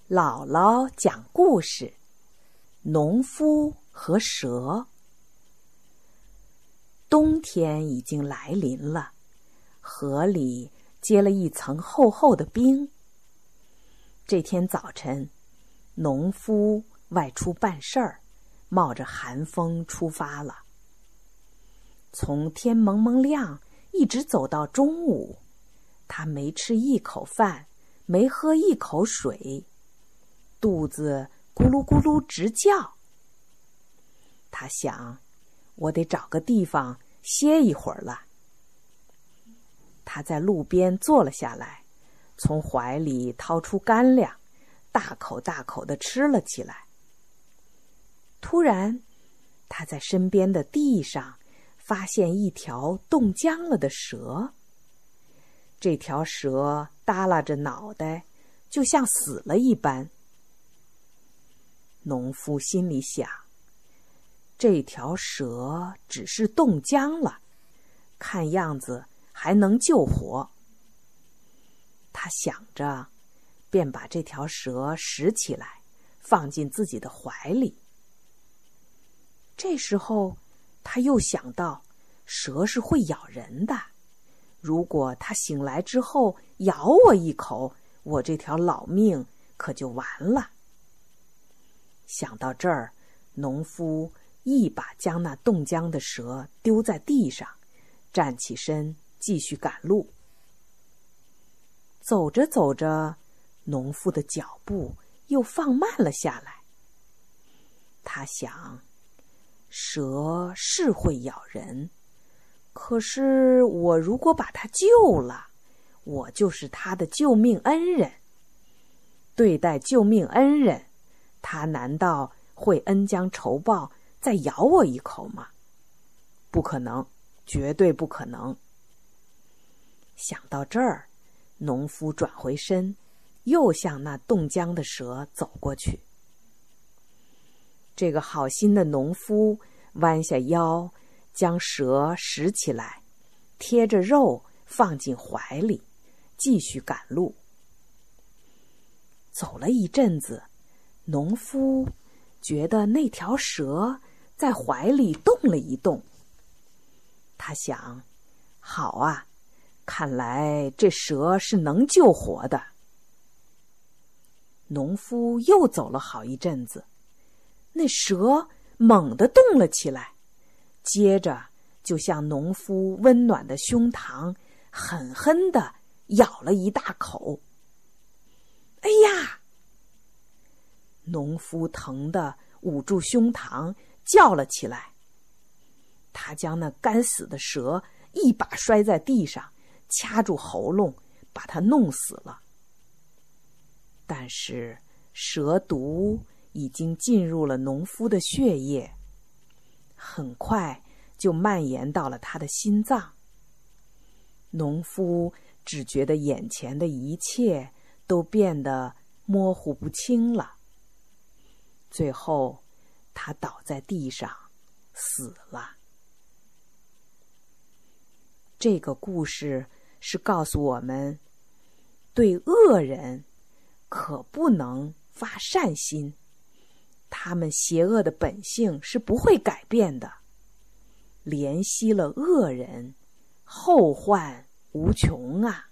姥姥讲故事：农夫和蛇。冬天已经来临了，河里结了一层厚厚的冰。这天早晨，农夫外出办事儿，冒着寒风出发了。从天蒙蒙亮一直走到中午，他没吃一口饭，没喝一口水，肚子咕噜咕噜直叫。他想，我得找个地方歇一会儿了。他在路边坐了下来，从怀里掏出干粮，大口大口地吃了起来。突然，他在身边的地上发现一条冻僵了的蛇。这条蛇耷拉着脑袋，就像死了一般。农夫心里想，这条蛇只是冻僵了，看样子还能救活。他想着，便把这条蛇拾起来，放进自己的怀里。这时候，他又想到，蛇是会咬人的，如果他醒来之后咬我一口，我这条老命可就完了。想到这儿，农夫一把将那冻僵的蛇丢在地上，站起身继续赶路。走着走着，农夫的脚步又放慢了下来。他想，蛇是会咬人，可是我如果把它救了，我就是它的救命恩人。对待救命恩人，它难道会恩将仇报，再咬我一口吗？不可能，绝对不可能。想到这儿，农夫转回身，又向那冻僵的蛇走过去。这个好心的农夫弯下腰，将蛇拾起来，贴着肉放进怀里，继续赶路。走了一阵子，农夫觉得那条蛇在怀里动了一动。他想，好啊，看来这蛇是能救活的。农夫又走了好一阵子，那蛇猛地动了起来，接着就向农夫温暖的胸膛狠狠地咬了一大口。哎呀！农夫疼得捂住胸膛，叫了起来。他将那干死的蛇一把摔在地上，掐住喉咙，把它弄死了。但是蛇毒已经进入了农夫的血液，很快就蔓延到了他的心脏。农夫只觉得眼前的一切都变得模糊不清了。最后，他倒在地上，死了。这个故事是告诉我们，对恶人可不能发善心，他们邪恶的本性是不会改变的。怜惜了恶人，后患无穷啊！